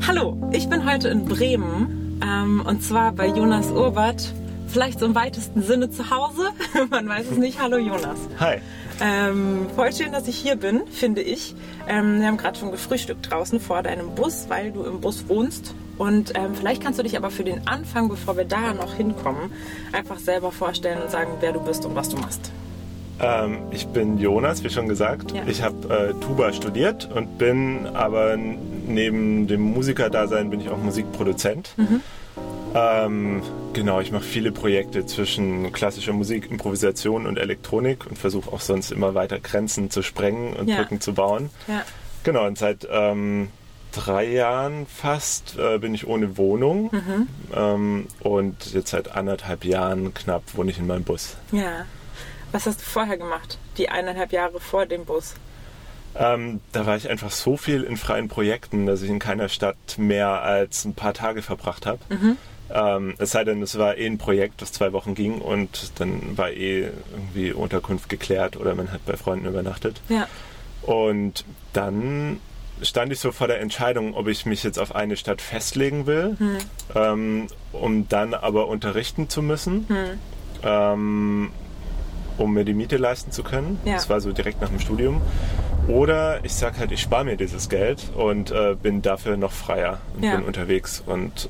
Hallo, ich bin heute in Bremen und zwar bei Jonas Urbert, vielleicht so im weitesten Sinne zu Hause, man weiß es nicht. Hallo Jonas. Hi. Voll schön, dass ich hier bin, finde ich. Wir haben gerade schon gefrühstückt draußen vor deinem Bus, weil du im Bus wohnst. Und vielleicht kannst du dich aber für den Anfang, bevor wir da noch hinkommen, einfach selber vorstellen und sagen, wer du bist und was du machst. Ich bin Jonas, wie schon gesagt. Ja. Ich habe Tuba studiert und bin aber neben dem Musikerdasein bin ich auch Musikproduzent. Mhm. Genau, ich mache viele Projekte zwischen klassischer Musik, Improvisation und Elektronik und versuche auch sonst immer weiter Grenzen zu sprengen und Brücken zu bauen. Ja. Genau, und seit 3 Jahren fast bin ich ohne Wohnung und jetzt seit 1,5 Jahren knapp wohne ich in meinem Bus. Ja. Was hast du vorher gemacht, die 1,5 Jahre vor dem Bus? Da war ich einfach so viel in freien Projekten, dass ich in keiner Stadt mehr als ein paar Tage verbracht habe. Mhm. Es sei denn, es war ein Projekt, das 2 Wochen ging und dann war irgendwie Unterkunft geklärt oder man hat bei Freunden übernachtet. Ja. Und dann stand ich so vor der Entscheidung, ob ich mich jetzt auf eine Stadt festlegen will, um dann aber unterrichten zu müssen, um mir die Miete leisten zu können. Ja. Das war so direkt nach dem Studium. Oder ich sag halt, ich spare mir dieses Geld und bin dafür noch freier und bin unterwegs. Und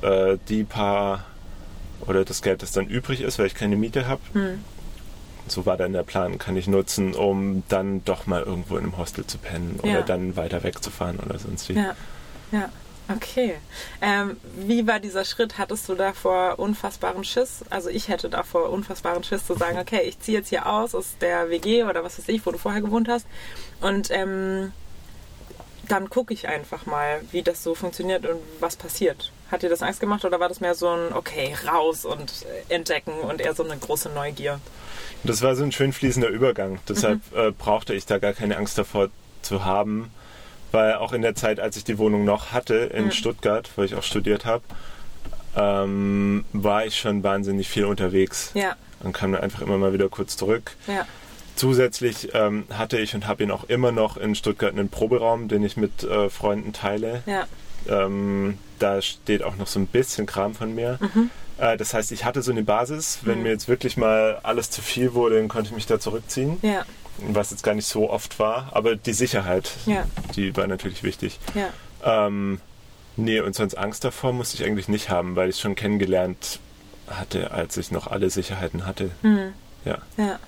das Geld, das dann übrig ist, weil ich keine Miete habe, so war dann der Plan, kann ich nutzen, um dann doch mal irgendwo in einem Hostel zu pennen oder dann weiter wegzufahren oder sonst wie. Ja, ja. Okay. Wie war dieser Schritt? Hattest du davor unfassbaren Schiss? Also ich hätte davor unfassbaren Schiss zu sagen, okay, ich ziehe jetzt hier aus der WG oder was weiß ich, wo du vorher gewohnt hast und dann gucke ich einfach mal, wie das so funktioniert und was passiert. Hat dir das Angst gemacht oder war das mehr so ein, okay, raus und entdecken und eher so eine große Neugier? Das war so ein schön fließender Übergang. Deshalb brauchte ich da gar keine Angst davor zu haben. Weil auch in der Zeit, als ich die Wohnung noch hatte in Stuttgart, wo ich auch studiert habe, war ich schon wahnsinnig viel unterwegs. Ja. Und kam dann einfach immer mal wieder kurz zurück. Ja. Zusätzlich hatte ich und habe ihn auch immer noch in Stuttgart einen Proberaum, den ich mit Freunden teile. Ja. Da steht auch noch so ein bisschen Kram von mir. Mhm. Das heißt, ich hatte so eine Basis. Wenn mir jetzt wirklich mal alles zu viel wurde, dann konnte ich mich da zurückziehen. Ja. Was jetzt gar nicht so oft war, aber die Sicherheit, die war natürlich wichtig. Ja. Nee, und sonst Angst davor musste ich eigentlich nicht haben, weil ich es schon kennengelernt hatte, als ich noch alle Sicherheiten hatte. Mhm. Ja. Ja.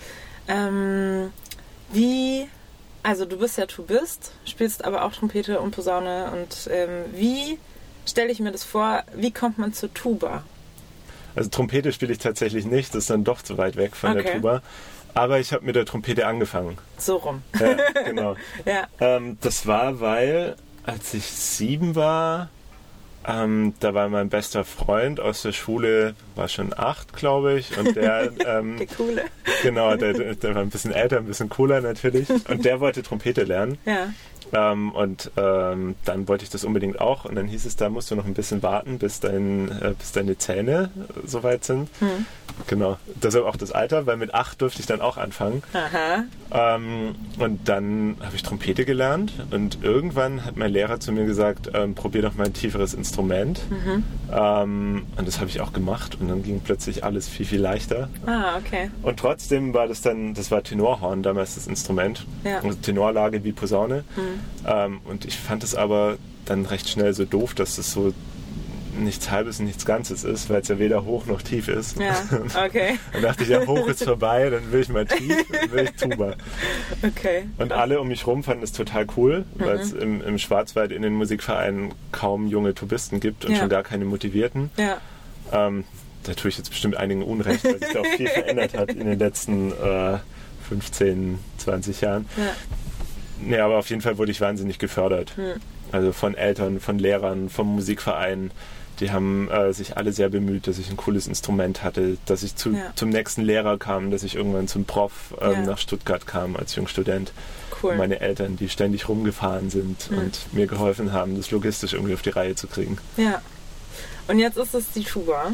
Also du bist ja Tubist, spielst aber auch Trompete und Posaune und wie stelle ich mir das vor, wie kommt man zur Tuba? Also Trompete spiele ich tatsächlich nicht, das ist dann doch zu weit weg von der Tuba. Aber ich habe mit der Trompete angefangen. So rum. Ja, genau. Ja. Das war, weil, als ich 7 war, da war mein bester Freund aus der Schule, war schon 8, glaube ich. Und der, der Coole. Genau, der war ein bisschen älter, ein bisschen cooler natürlich. Und der wollte Trompete lernen. Ja. Dann wollte ich das unbedingt auch. Und dann hieß es, da musst du noch ein bisschen warten, bis deine Zähne soweit sind. Hm. Genau, deshalb auch das Alter, weil mit 8 durfte ich dann auch anfangen. Aha. Und dann habe ich Trompete gelernt und irgendwann hat mein Lehrer zu mir gesagt, probier doch mal ein tieferes Instrument. Mhm. Und das habe ich auch gemacht und dann ging plötzlich alles viel, viel leichter. Ah, okay. Und trotzdem war das war Tenorhorn, damals das Instrument. Ja. Also Tenorlage wie Posaune. Mhm. Und ich fand es aber dann recht schnell so doof, dass es so nichts Halbes und nichts Ganzes ist, weil es ja weder hoch noch tief ist. Ja, okay. Dann dachte ich, ja, hoch ist vorbei, dann will ich mal tief, dann will ich Tuba. Okay. Und alle um mich rum fanden es total cool, weil es im Schwarzwald in den Musikvereinen kaum junge Tubisten gibt und schon gar keine motivierten. Ja. Da tue ich jetzt bestimmt einigen Unrecht, weil sich da auch viel verändert hat in den letzten 15, 20 Jahren. Ja. Nee, aber auf jeden Fall wurde ich wahnsinnig gefördert. Also von Eltern, von Lehrern, vom Musikverein. Die haben sich alle sehr bemüht, dass ich ein cooles Instrument hatte, dass ich zum nächsten Lehrer kam, dass ich irgendwann zum Prof nach Stuttgart kam als Jungstudent. Cool. Und meine Eltern, die ständig rumgefahren sind und mir geholfen haben, das logistisch irgendwie auf die Reihe zu kriegen. Ja. Und jetzt ist es die Tuba.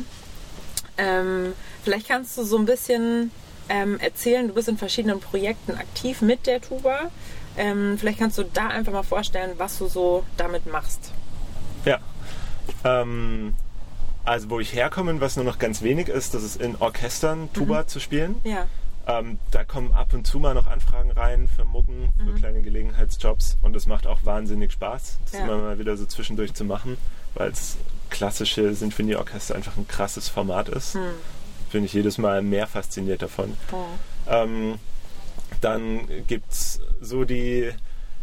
Vielleicht kannst du so ein bisschen erzählen, du bist in verschiedenen Projekten aktiv mit der Tuba. Vielleicht kannst du da einfach mal vorstellen, was du so damit machst. Ja, Also wo ich herkomme, was nur noch ganz wenig ist, das ist in Orchestern Tuba zu spielen. Ja. Da kommen ab und zu mal noch Anfragen rein für Mucken, für kleine Gelegenheitsjobs und es macht auch wahnsinnig Spaß, das immer mal wieder so zwischendurch zu machen, weil es klassische Sinfonieorchester einfach ein krasses Format ist. Bin ich jedes Mal mehr fasziniert davon. Dann gibt es so die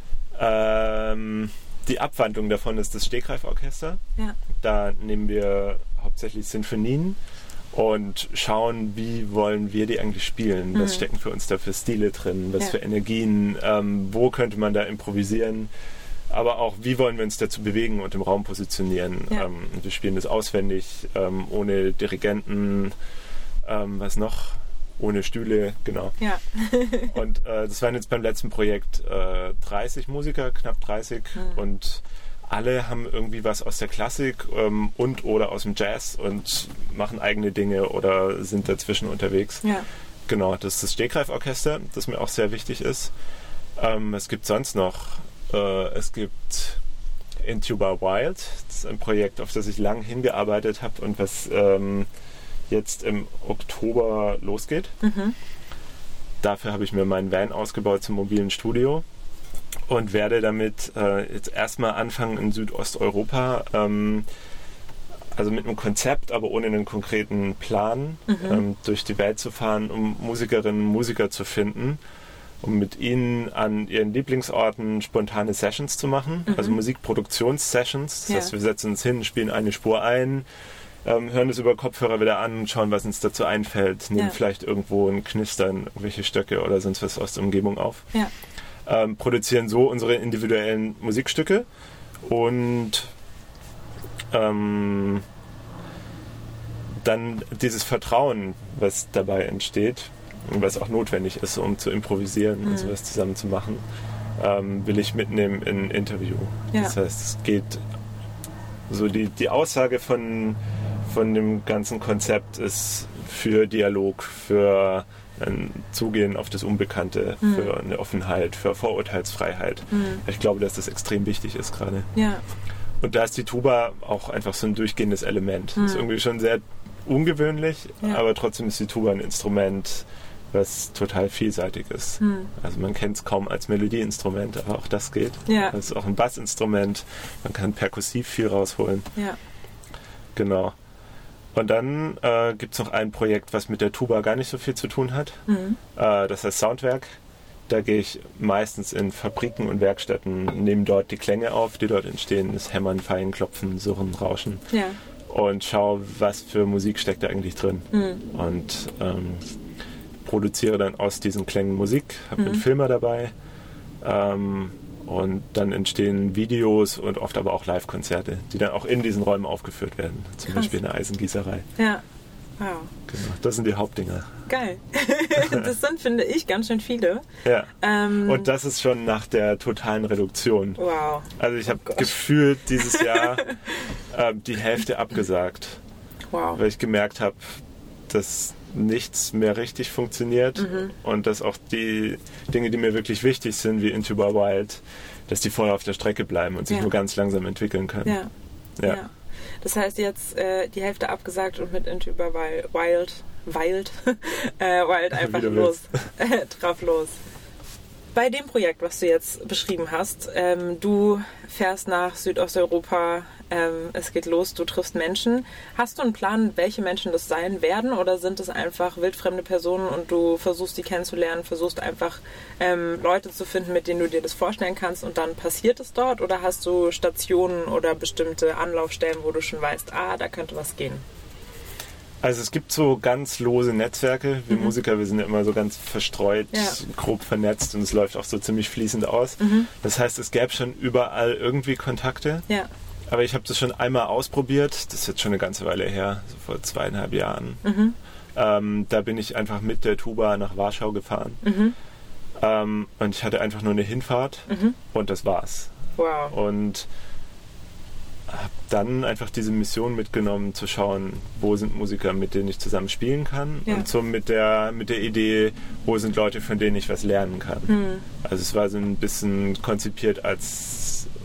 Abwandlung davon ist das Stegreiforchester. Ja. Da nehmen wir hauptsächlich Sinfonien und schauen, wie wollen wir die eigentlich spielen. Was stecken für uns da für Stile drin, was für Energien, wo könnte man da improvisieren, aber auch, wie wollen wir uns dazu bewegen und im Raum positionieren. Ja. Wir spielen das auswendig, ohne Dirigenten, was noch? Ohne Stühle, genau. Ja. Und das waren jetzt beim letzten Projekt 30 Musiker, knapp 30 und alle haben irgendwie was aus der Klassik und oder aus dem Jazz und machen eigene Dinge oder sind dazwischen unterwegs. Ja. Genau, das ist das Stegreiforchester, das mir auch sehr wichtig ist. Es gibt sonst noch, es gibt In Tuba Wild, das ist ein Projekt, auf das ich lang hingearbeitet habe und was jetzt im Oktober losgeht. Dafür habe ich mir meinen Van ausgebaut zum mobilen Studio und werde damit jetzt erstmal anfangen in Südosteuropa, also mit einem Konzept, aber ohne einen konkreten Plan, durch die Welt zu fahren, um Musikerinnen und Musiker zu finden, um mit ihnen an ihren Lieblingsorten spontane Sessions zu machen, also Musikproduktionssessions. Das heißt, wir setzen uns hin, spielen eine Spur ein, hören es über Kopfhörer wieder an, schauen, was uns dazu einfällt, nehmen vielleicht irgendwo ein Knistern, irgendwelche Stöcke oder sonst was aus der Umgebung auf. Ja. Produzieren so unsere individuellen Musikstücke und dann dieses Vertrauen, was dabei entsteht und was auch notwendig ist, um zu improvisieren und sowas zusammen zu machen, will ich mitnehmen in ein Interview. Ja. Das heißt, es geht so die Aussage von dem ganzen Konzept ist für Dialog, für ein Zugehen auf das Unbekannte, für eine Offenheit, für Vorurteilsfreiheit. Ich glaube, dass das extrem wichtig ist gerade. Ja. Und da ist die Tuba auch einfach so ein durchgehendes Element. Das ist irgendwie schon sehr ungewöhnlich, aber trotzdem ist die Tuba ein Instrument, was total vielseitig ist. Also man kennt es kaum als Melodieinstrument, aber auch das geht. Ja. Das ist auch ein Bassinstrument. Man kann perkussiv viel rausholen. Ja. Genau. Und dann gibt es noch ein Projekt, was mit der Tuba gar nicht so viel zu tun hat. Das heißt Soundwerk. Da gehe ich meistens in Fabriken und Werkstätten, nehme dort die Klänge auf, die dort entstehen, das Hämmern, Feilen, Klopfen, Surren, Rauschen. Ja. Und schaue, was für Musik steckt da eigentlich drin. Und produziere dann aus diesen Klängen Musik, habe einen Filmer dabei und dann entstehen Videos und oft aber auch Live-Konzerte, die dann auch in diesen Räumen aufgeführt werden. Zum Beispiel eine Eisengießerei. Ja, wow. Genau, das sind die Hauptdinger. Geil. Das sind, finde ich, ganz schön viele. Ja. Und das ist schon nach der totalen Reduktion. Wow. Also ich habe gefühlt dieses Jahr die Hälfte abgesagt. Wow. Weil ich gemerkt habe, dass nichts mehr richtig funktioniert und dass auch die Dinge, die mir wirklich wichtig sind, wie In Tuba Wild, dass die vorher auf der Strecke bleiben und sich nur ganz langsam entwickeln können. Ja. Das heißt jetzt die Hälfte abgesagt und mit In Tuba Wild einfach drauf los. Bei dem Projekt, was du jetzt beschrieben hast, du fährst nach Südosteuropa, es geht los, du triffst Menschen. Hast du einen Plan, welche Menschen das sein werden oder sind es einfach wildfremde Personen und du versuchst die kennenzulernen, versuchst einfach Leute zu finden, mit denen du dir das vorstellen kannst und dann passiert es dort oder hast du Stationen oder bestimmte Anlaufstellen, wo du schon weißt, da könnte was gehen? Also es gibt so ganz lose Netzwerke. Wir Musiker, wir sind ja immer so ganz verstreut, grob vernetzt und es läuft auch so ziemlich fließend aus. Das heißt, es gäbe schon überall irgendwie Kontakte. Ja. Aber ich habe das schon einmal ausprobiert. Das ist jetzt schon eine ganze Weile her, so vor 2,5 Jahren. Da bin ich einfach mit der Tuba nach Warschau gefahren. Und ich hatte einfach nur eine Hinfahrt und das war's. Wow. Und habe dann einfach diese Mission mitgenommen, zu schauen, wo sind Musiker, mit denen ich zusammen spielen kann und so mit der Idee, wo sind Leute, von denen ich was lernen kann. Also es war so ein bisschen konzipiert als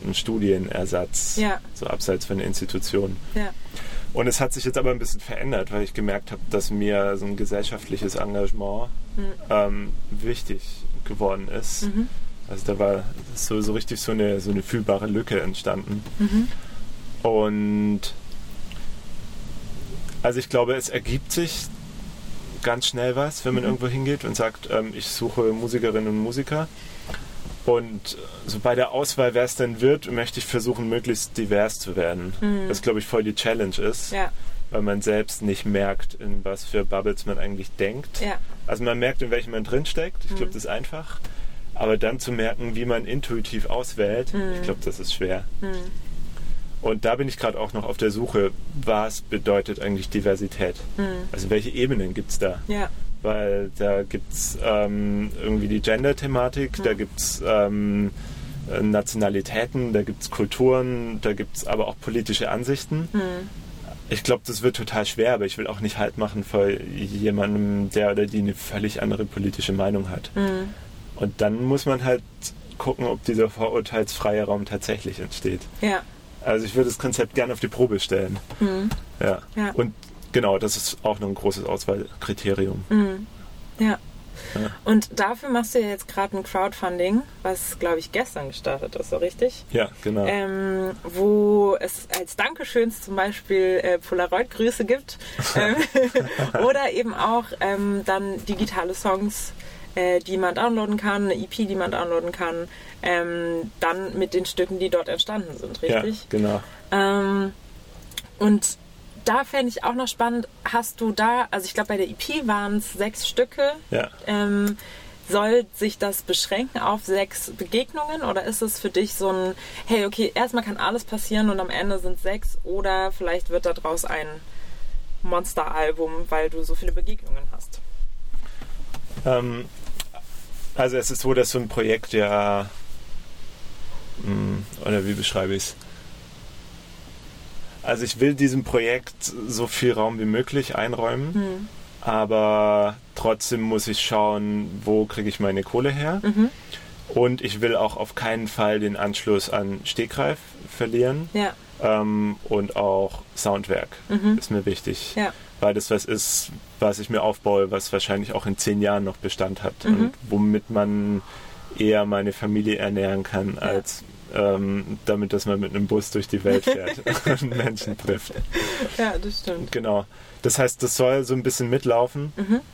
ein Studienersatz, so abseits von der Institution. Ja. Und es hat sich jetzt aber ein bisschen verändert, weil ich gemerkt habe, dass mir so ein gesellschaftliches Engagement wichtig geworden ist. Also da war so richtig so eine fühlbare Lücke entstanden. Und also ich glaube, es ergibt sich ganz schnell was, wenn man irgendwo hingeht und sagt, ich suche Musikerinnen und Musiker. Und so bei der Auswahl, wer es denn wird, möchte ich versuchen, möglichst divers zu werden. Was, glaube ich, voll die Challenge ist, weil man selbst nicht merkt, in was für Bubbles man eigentlich denkt. Ja. Also man merkt, in welchem man drinsteckt. Ich glaube, das ist einfach. Aber dann zu merken, wie man intuitiv auswählt, ich glaube, das ist schwer. Und da bin ich gerade auch noch auf der Suche, was bedeutet eigentlich Diversität? Also welche Ebenen gibt es da? Ja. Weil da gibt es irgendwie die Gender-Thematik, da gibt es Nationalitäten, da gibt es Kulturen, da gibt es aber auch politische Ansichten. Ich glaube, das wird total schwer, aber ich will auch nicht Halt machen vor jemandem, der oder die eine völlig andere politische Meinung hat. Und dann muss man halt gucken, ob dieser vorurteilsfreie Raum tatsächlich entsteht. Ja. Also ich würde das Konzept gerne auf die Probe stellen. Ja. Und genau, das ist auch noch ein großes Auswahlkriterium. Ja. Und dafür machst du ja jetzt gerade ein Crowdfunding, was, glaube ich, gestern gestartet ist, so richtig? Ja, genau. Wo es als Dankeschöns zum Beispiel Polaroid-Grüße gibt. Oder eben auch dann digitale Songs, die man downloaden kann, eine EP, die man downloaden kann, dann mit den Stücken, die dort entstanden sind, richtig? Ja, genau. Und da fände ich auch noch spannend, hast du da, also ich glaube bei der EP waren es 6 Stücke, soll sich das beschränken auf 6 Begegnungen oder ist es für dich so ein, hey, okay, erstmal kann alles passieren und am Ende sind 6 oder vielleicht wird daraus ein Monsteralbum, weil du so viele Begegnungen hast? Also es ist so, dass so ein Projekt oder wie beschreibe ich es? Also ich will diesem Projekt so viel Raum wie möglich einräumen, aber trotzdem muss ich schauen, wo kriege ich meine Kohle her. Und ich will auch auf keinen Fall den Anschluss an Stegreif verlieren. Ja. Und auch Soundwerk ist mir wichtig. Ja. Weil das was ist, was ich mir aufbaue, was wahrscheinlich auch in 10 Jahren noch Bestand hat und womit man eher meine Familie ernähren kann, als damit, dass man mit einem Bus durch die Welt fährt und Menschen trifft. Ja, das stimmt. Genau. Das heißt, das soll so ein bisschen mitlaufen.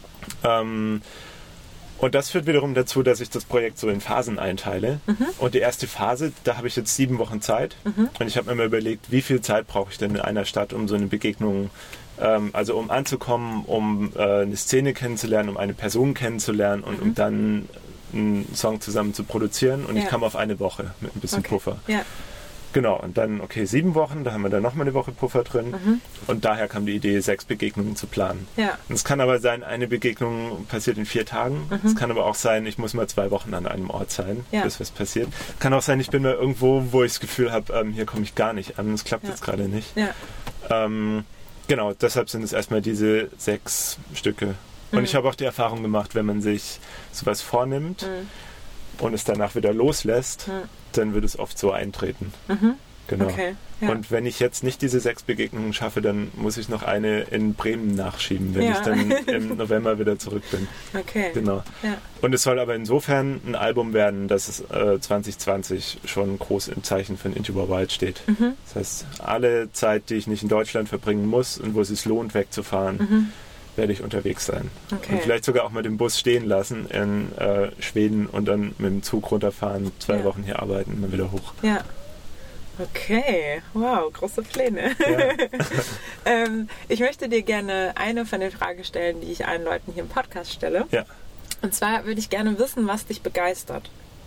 Und das führt wiederum dazu, dass ich das Projekt so in Phasen einteile. Und die erste Phase, da habe ich jetzt 7 Wochen Zeit. Und ich habe mir mal überlegt, wie viel Zeit brauche ich denn in einer Stadt, um so eine Begegnung, also um anzukommen, um eine Szene kennenzulernen, um eine Person kennenzulernen und um dann einen Song zusammen zu produzieren. Und ich kam auf eine Woche mit ein bisschen Puffer. Ja. Genau, und dann, 7 Wochen, da haben wir dann nochmal eine Woche Puffer drin. Und daher kam die Idee, 6 Begegnungen zu planen. Ja. Und es kann aber sein, eine Begegnung passiert in 4 Tagen. Es kann aber auch sein, ich muss mal 2 Wochen an einem Ort sein, bis was passiert. Kann auch sein, ich bin mal irgendwo, wo ich das Gefühl habe, hier komme ich gar nicht an. Das klappt jetzt gerade nicht. Ja. Genau, deshalb sind es erstmal diese 6 Stücke. Und ich habe auch die Erfahrung gemacht, wenn man sich sowas vornimmt und es danach wieder loslässt, dann wird es oft so eintreten. Genau. Okay, ja. Und wenn ich jetzt nicht diese 6 Begegnungen schaffe, dann muss ich noch eine in Bremen nachschieben, wenn ich dann im November wieder zurück bin. Okay. Genau. Ja. Und es soll aber insofern ein Album werden, dass es 2020 schon groß im Zeichen von Into Our Wild steht. Das heißt, alle Zeit, die ich nicht in Deutschland verbringen muss und wo es sich lohnt, wegzufahren, werde ich unterwegs sein. Okay. Und vielleicht sogar auch mal den Bus stehen lassen in Schweden und dann mit dem Zug runterfahren, 2 Wochen hier arbeiten und dann wieder hoch. Ja. Okay, wow, große Pläne. Ja. Ich möchte dir gerne eine von den Fragen stellen, die ich allen Leuten hier im Podcast stelle. Ja. Und zwar würde ich gerne wissen, was dich begeistert.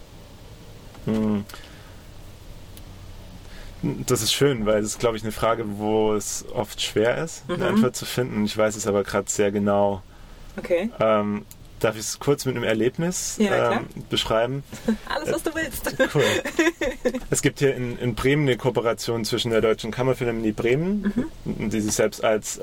Das ist schön, weil das ist, glaube ich, eine Frage, wo es oft schwer ist, eine Antwort zu finden. Ich weiß es aber gerade sehr genau. Okay. Darf ich es kurz mit einem Erlebnis beschreiben? Alles, was du willst. Cool. Es gibt hier in Bremen eine Kooperation zwischen der Deutschen Kammerphilharmonie Bremen, die sich selbst als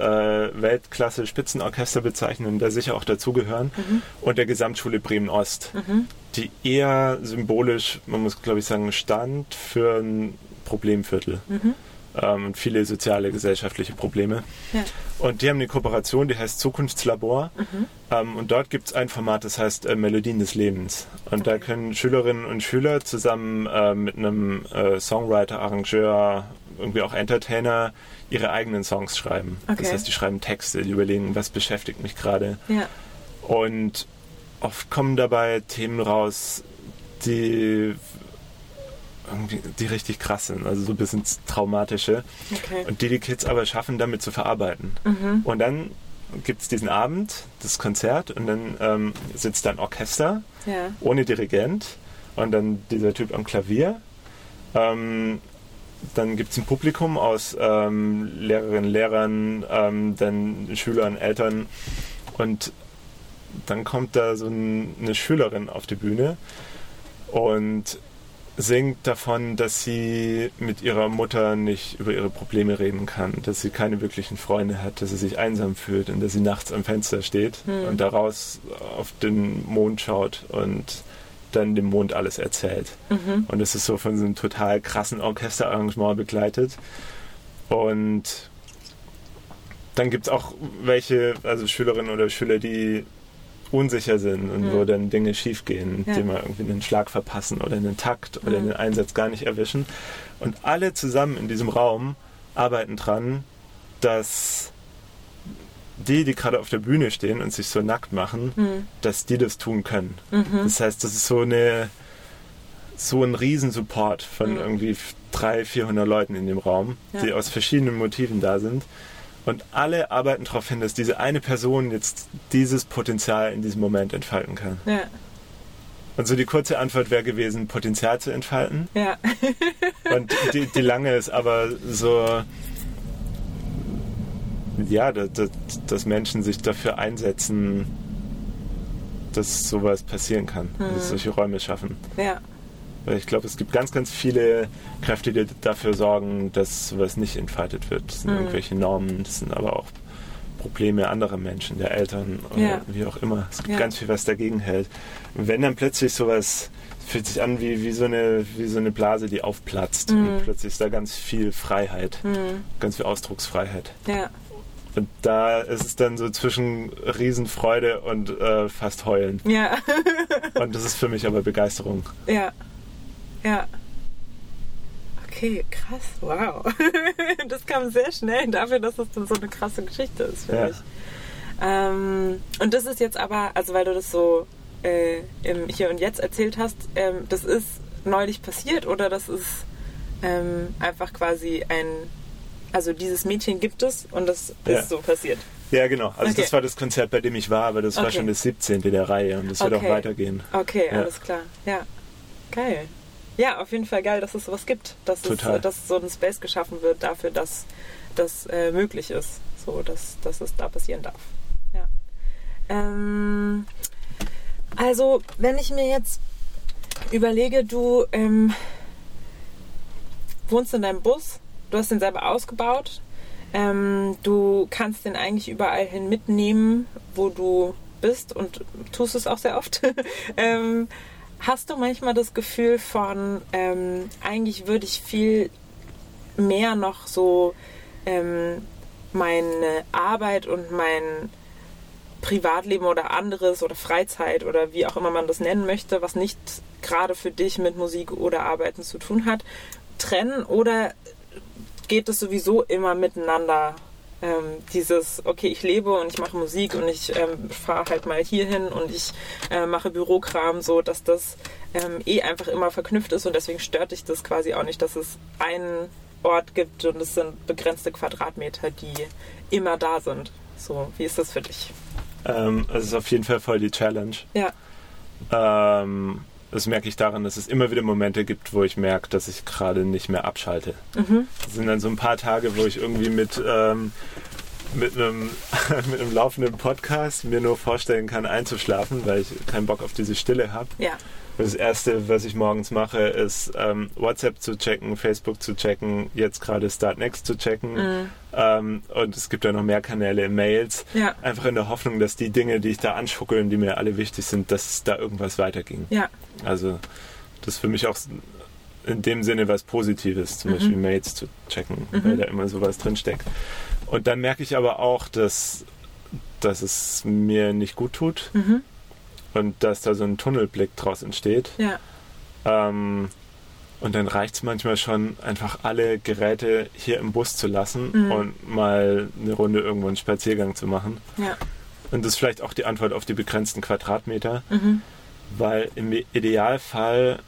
Weltklasse-Spitzenorchester bezeichnen und da sicher auch dazugehören, und der Gesamtschule Bremen-Ost. die eher symbolisch, man muss glaube ich sagen, stand für ein Problemviertel. Und viele soziale, gesellschaftliche Probleme. Ja. Und die haben eine Kooperation, die heißt Zukunftslabor. Und dort gibt es ein Format, das heißt Melodien des Lebens. Und da können Schülerinnen und Schüler zusammen mit einem Songwriter, Arrangeur, irgendwie auch Entertainer ihre eigenen Songs schreiben. Okay. Das heißt, die schreiben Texte, die überlegen, was beschäftigt mich gerade. Ja. Und oft kommen dabei Themen raus, die richtig krass sind, also so ein bisschen traumatische. Okay. Und die Kids aber schaffen, damit zu verarbeiten. Und dann gibt es diesen Abend, das Konzert, und dann sitzt da ein Orchester, ohne Dirigent, und dann dieser Typ am Klavier. Dann gibt es ein Publikum aus Lehrerinnen, Lehrern, dann Schülern, Eltern, und dann kommt da so eine Schülerin auf die Bühne und singt davon, dass sie mit ihrer Mutter nicht über ihre Probleme reden kann, dass sie keine wirklichen Freunde hat, dass sie sich einsam fühlt und dass sie nachts am Fenster steht und daraus auf den Mond schaut und dann dem Mond alles erzählt. Und das ist so von so einem total krassen Orchesterarrangement begleitet. Und dann gibt es auch welche, also Schülerinnen oder Schüler, die unsicher sind und wo dann Dinge schief gehen, die mal irgendwie einen Schlag verpassen oder einen Takt oder einen Einsatz gar nicht erwischen. Und alle zusammen in diesem Raum arbeiten dran, dass die gerade auf der Bühne stehen und sich so nackt machen, dass die das tun können. Das heißt, das ist so ein Riesensupport von irgendwie 300-400 Leuten in dem Raum, die aus verschiedenen Motiven da sind. Und alle arbeiten darauf hin, dass diese eine Person jetzt dieses Potenzial in diesem Moment entfalten kann. Ja. Und so die kurze Antwort wäre gewesen, Potenzial zu entfalten. Ja. Und die lange ist aber so, ja, dass Menschen sich dafür einsetzen, dass sowas passieren kann, dass solche Räume schaffen. Ja. Weil ich glaube, es gibt ganz, ganz viele Kräfte, die dafür sorgen, dass sowas nicht entfaltet wird. Das sind irgendwelche Normen, das sind aber auch Probleme anderer Menschen, der Eltern oder wie auch immer. Es gibt ganz viel, was dagegen hält. Und wenn dann plötzlich sowas, fühlt sich an wie so eine Blase, die aufplatzt. Und plötzlich ist da ganz viel Freiheit, ganz viel Ausdrucksfreiheit. Ja. Und da ist es dann so zwischen Riesenfreude und fast Heulen. Ja. Und das ist für mich aber Begeisterung. Ja. Ja. Okay, krass, wow. Das kam sehr schnell dafür, dass es dann so eine krasse Geschichte ist für mich. Und das ist jetzt aber, also weil du das so im Hier und Jetzt erzählt hast, das ist neulich passiert oder das ist einfach quasi also dieses Mädchen gibt es und das ist so passiert? Ja, genau. Also das war das Konzert, bei dem ich war, aber das war schon das 17. der Reihe und das wird auch weitergehen. Okay, alles klar. Ja, geil. Ja, auf jeden Fall geil, dass es sowas gibt. Dass so ein Space geschaffen wird dafür, dass das möglich ist. So, dass es da passieren darf. Ja. Also, wenn ich mir jetzt überlege, du wohnst in deinem Bus, du hast den selber ausgebaut, du kannst den eigentlich überall hin mitnehmen, wo du bist und tust es auch sehr oft. Hast du manchmal das Gefühl von, eigentlich würde ich viel mehr noch so meine Arbeit und mein Privatleben oder anderes oder Freizeit oder wie auch immer man das nennen möchte, was nicht gerade für dich mit Musik oder Arbeiten zu tun hat, trennen, oder geht es sowieso immer miteinander? Dieses, okay, ich lebe und ich mache Musik und ich fahre halt mal hier hin und ich mache Bürokram, so dass das einfach immer verknüpft ist und deswegen stört dich das quasi auch nicht, dass es einen Ort gibt und es sind begrenzte Quadratmeter, die immer da sind. So, wie ist das für dich? Es ist auf jeden Fall voll die Challenge. Ja. Das merke ich daran, dass es immer wieder Momente gibt, wo ich merke, dass ich gerade nicht mehr abschalte. Das sind dann so ein paar Tage, wo ich irgendwie mit einem laufenden Podcast mir nur vorstellen kann, einzuschlafen, weil ich keinen Bock auf diese Stille habe. Ja. Das Erste, was ich morgens mache, ist WhatsApp zu checken, Facebook zu checken, jetzt gerade Startnext zu checken. Und es gibt ja noch mehr Kanäle, Mails. Ja. Einfach in der Hoffnung, dass die Dinge, die ich da anschuckeln, die mir alle wichtig sind, dass da irgendwas weiterging. Ja. Also das ist für mich auch in dem Sinne was Positives, zum Beispiel Mails zu checken, weil da immer sowas drinsteckt. Und dann merke ich aber auch, dass es mir nicht gut tut. Und dass da so ein Tunnelblick draus entsteht. Ja. Und dann reicht es manchmal schon, einfach alle Geräte hier im Bus zu lassen und mal eine Runde irgendwo einen Spaziergang zu machen. Ja. Und das ist vielleicht auch die Antwort auf die begrenzten Quadratmeter, weil im Idealfall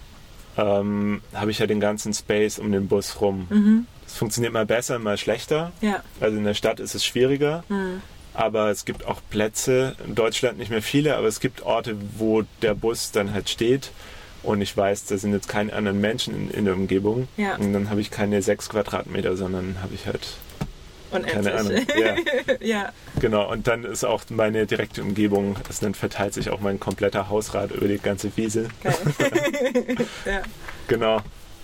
habe ich ja den ganzen Space um den Bus rum. Das funktioniert mal besser, mal schlechter. Ja. Also in der Stadt ist es schwieriger. Aber es gibt auch Plätze, in Deutschland nicht mehr viele, aber es gibt Orte, wo der Bus dann halt steht und ich weiß, da sind jetzt keine anderen Menschen in der Umgebung. Ja. Und dann habe ich keine 6 Quadratmeter, sondern habe ich halt keine Ahnung. Ja. Ja. Genau, und dann ist auch meine direkte Umgebung, also dann verteilt sich auch mein kompletter Hausrat über die ganze Wiese. Geil. Ja. Genau.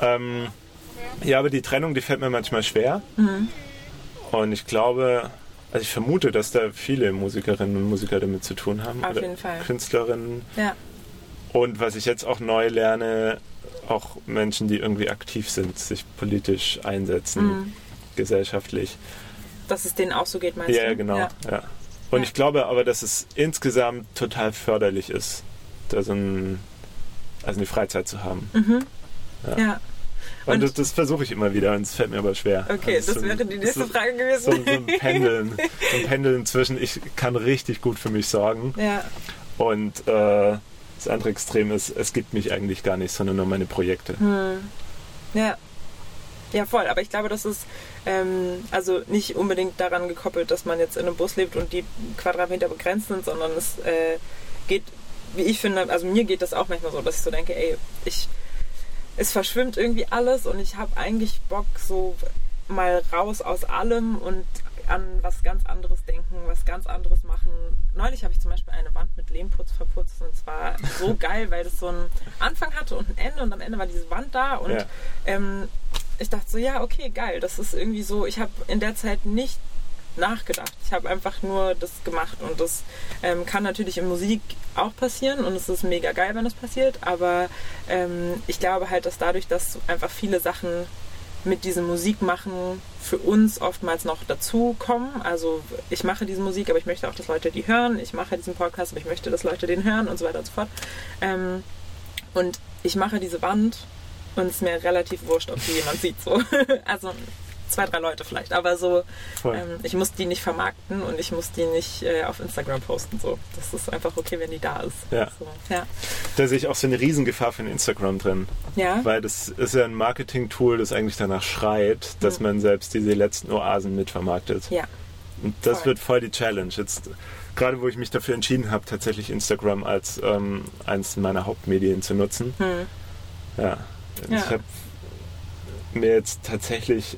Ja, aber die Trennung, die fällt mir manchmal schwer. Und ich glaube... Also ich vermute, dass da viele Musikerinnen und Musiker damit zu tun haben. Auf jeden Fall. Künstlerinnen. Ja. Und was ich jetzt auch neu lerne, auch Menschen, die irgendwie aktiv sind, sich politisch einsetzen, gesellschaftlich. Dass es denen auch so geht, meinst du? Ja, genau. Ja. Ja. Und ich glaube aber, dass es insgesamt total förderlich ist, da eine Freizeit zu haben. Ja. Und das versuche ich immer wieder und es fällt mir aber schwer. Okay, also das wäre die nächste Frage gewesen. So ein Pendeln zwischen, ich kann richtig gut für mich sorgen und das andere Extrem ist, es gibt mich eigentlich gar nicht, sondern nur meine Projekte. Ja. Ja, voll. Aber ich glaube, das ist also nicht unbedingt daran gekoppelt, dass man jetzt in einem Bus lebt und die Quadratmeter begrenzt sind, sondern es geht, wie ich finde, also mir geht das auch manchmal so, dass ich so denke, ey, es verschwimmt irgendwie alles und ich habe eigentlich Bock, so mal raus aus allem und an was ganz anderes denken, was ganz anderes machen. Neulich habe ich zum Beispiel eine Wand mit Lehmputz verputzt und es war so geil, weil das so einen Anfang hatte und ein Ende und am Ende war diese Wand da und ich dachte so, ja, okay, geil, das ist irgendwie so, ich habe in der Zeit nicht nachgedacht. Ich habe einfach nur das gemacht und das kann natürlich in Musik auch passieren und es ist mega geil, wenn das passiert, aber ich glaube halt, dass dadurch, dass einfach viele Sachen mit diesem Musikmachen für uns oftmals noch dazu kommen, also ich mache diese Musik, aber ich möchte auch, dass Leute die hören, ich mache diesen Podcast, aber ich möchte, dass Leute den hören und so weiter und so fort und ich mache diese Wand und es ist mir relativ wurscht, ob die jemand sieht, so. Also 2, 3 Leute vielleicht, aber so ich muss die nicht vermarkten und ich muss die nicht auf Instagram posten. So. Das ist einfach okay, wenn die da ist. Ja. So, ja. Da sehe ich auch so eine Riesengefahr für Instagram drin. Ja. Weil das ist ja ein Marketing-Tool, das eigentlich danach schreit, dass man selbst diese letzten Oasen mitvermarktet. Ja. Und das wird voll die Challenge. Jetzt, gerade wo ich mich dafür entschieden habe, tatsächlich Instagram als eins meiner Hauptmedien zu nutzen. Ja. Ich habe mir jetzt tatsächlich,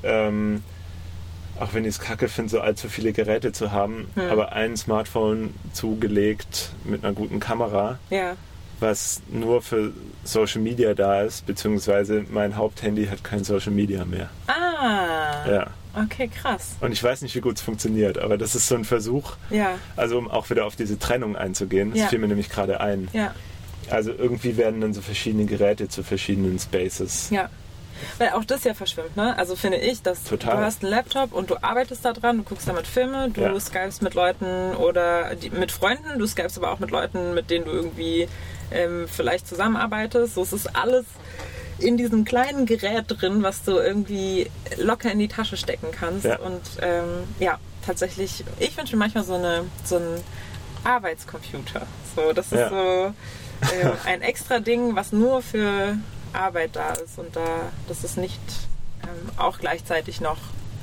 auch wenn ich es kacke finde, so allzu viele Geräte zu haben, aber ein Smartphone zugelegt mit einer guten Kamera, was nur für Social Media da ist, beziehungsweise mein Haupthandy hat kein Social Media mehr. Ja. Okay, krass. Und ich weiß nicht, wie gut es funktioniert, aber das ist so ein Versuch, also um auch wieder auf diese Trennung einzugehen, das fiel mir nämlich gerade ein. Ja. Also irgendwie werden dann so verschiedene Geräte zu verschiedenen Spaces. Ja. Weil auch das ja verschwimmt, ne? Also finde ich, dass du hast einen Laptop und du arbeitest da dran, du guckst damit Filme, du skypst mit Leuten oder mit Freunden, du skypst aber auch mit Leuten, mit denen du irgendwie vielleicht zusammenarbeitest. So, es ist alles in diesem kleinen Gerät drin, was du irgendwie locker in die Tasche stecken kannst. Ja. Und tatsächlich, ich wünsche mir manchmal so einen Arbeitscomputer. So, das ist so ein extra Ding, was nur für Arbeit da ist und das ist nicht auch gleichzeitig noch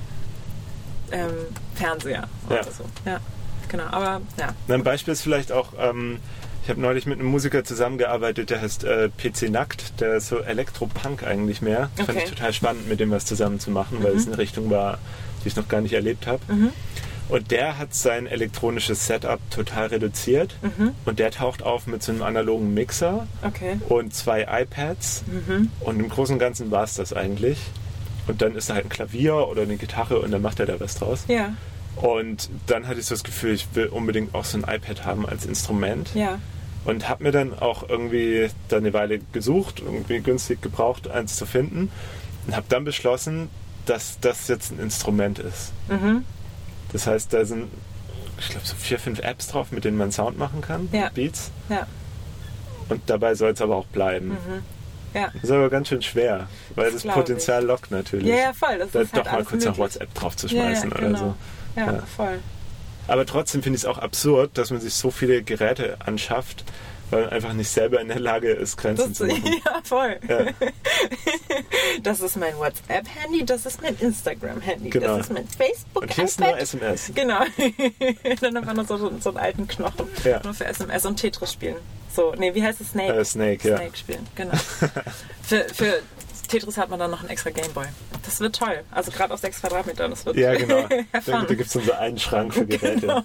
Fernseher oder so. Ja, genau, aber ja. Ein Beispiel ist vielleicht auch, ich habe neulich mit einem Musiker zusammengearbeitet, der heißt PC Nackt, der ist so Elektropunk eigentlich mehr. Das fand ich total spannend, mit dem was zusammen zu machen, weil es eine Richtung war, die ich noch gar nicht erlebt habe. Und der hat sein elektronisches Setup total reduziert. Und der taucht auf mit so einem analogen Mixer und 2 iPads. Und im Großen und Ganzen war es das eigentlich. Und dann ist da halt ein Klavier oder eine Gitarre und dann macht er da was draus. Ja. Und dann hatte ich so das Gefühl, ich will unbedingt auch so ein iPad haben als Instrument. Ja. Und habe mir dann auch irgendwie da eine Weile gesucht, irgendwie günstig gebraucht, eins zu finden. Und habe dann beschlossen, dass das jetzt ein Instrument ist. Das heißt, da sind, ich glaube, so 4, 5 Apps drauf, mit denen man Sound machen kann, Beats. Ja. Und dabei soll es aber auch bleiben. Ja. Das ist aber ganz schön schwer, weil das Potenzial lockt natürlich. Ja, voll. Das da ist halt doch mal kurz nach WhatsApp drauf zu schmeißen oder so. Ja, voll. Aber trotzdem finde ich es auch absurd, dass man sich so viele Geräte anschafft, weil man einfach nicht selber in der Lage ist, Grenzen zu machen. Ja, voll. Ja. Das ist mein WhatsApp-Handy, das ist mein Instagram-Handy, Genau. das ist mein Facebook-iPad. Und hier ist nur SMS. Genau. Dann haben wir noch so einen alten Knochen. Ja. Nur für SMS und Tetris spielen. So, nee, wie heißt es? Snake. Snake, ja. Snake spielen, genau. für Tetris hat man dann noch einen extra Gameboy. Das wird toll. Also gerade auf 6 Quadratmetern. Das wird genau. Da gibt es dann so einen Schrank für Geräte. Genau.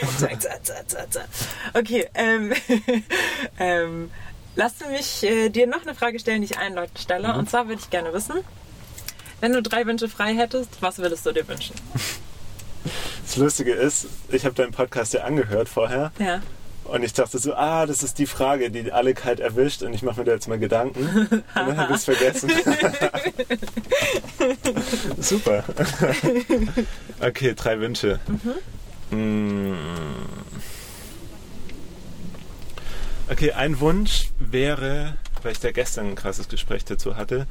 Okay, lass mich dir noch eine Frage stellen, die ich allen stelle. Und zwar würde ich gerne wissen, wenn du 3 Wünsche frei hättest, was würdest du dir wünschen? Das Lustige ist, ich habe deinen Podcast ja angehört vorher. Ja. Und ich dachte so, das ist die Frage, die alle kalt erwischt und ich mache mir da jetzt mal Gedanken. Und dann habe ich es vergessen. Super. Okay, 3 Wünsche. Okay, ein Wunsch wäre, weil ich da gestern ein krasses Gespräch dazu hatte,